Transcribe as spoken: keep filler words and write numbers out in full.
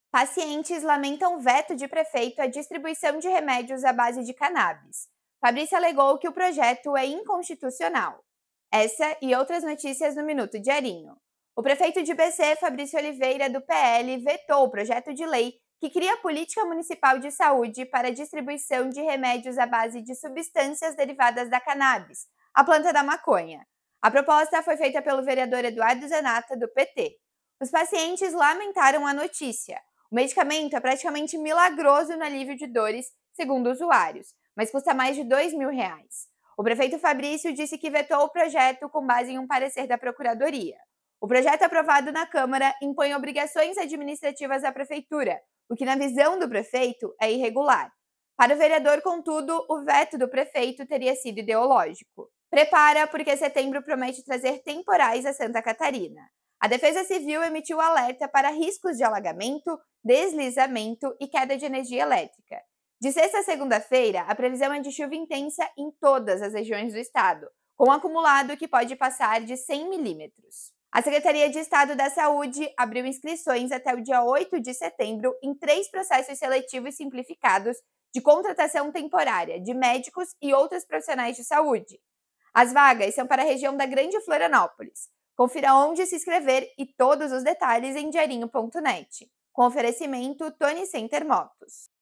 Pacientes lamentam veto de prefeito à distribuição de remédios à base de cannabis. Fabrício alegou que o projeto é inconstitucional. Essa e outras notícias no Minuto Diarinho. O prefeito de B C, Fabrício Oliveira, do P L, vetou o projeto de lei que cria a Política Municipal de Saúde para a distribuição de remédios à base de substâncias derivadas da cannabis, a planta da maconha. A proposta foi feita pelo vereador Eduardo Zanata, do P T. Os pacientes lamentaram a notícia. O medicamento é praticamente milagroso no alívio de dores, segundo usuários, mas custa mais de dois mil reais. O prefeito Fabrício disse que vetou o projeto com base em um parecer da Procuradoria. O projeto aprovado na Câmara impõe obrigações administrativas à Prefeitura, o que, na visão do prefeito, é irregular. Para o vereador, contudo, o veto do prefeito teria sido ideológico. Prepara, porque setembro promete trazer temporais a Santa Catarina. A Defesa Civil emitiu alerta para riscos de alagamento, deslizamento e queda de energia elétrica. De sexta a segunda-feira, a previsão é de chuva intensa em todas as regiões do estado, com um acumulado que pode passar de cem milímetros. A Secretaria de Estado da Saúde abriu inscrições até o dia oito de setembro em três processos seletivos simplificados de contratação temporária de médicos e outros profissionais de saúde. As vagas são para a região da Grande Florianópolis. Confira onde se inscrever e todos os detalhes em diarinho ponto net. Com oferecimento Tony Center Motos.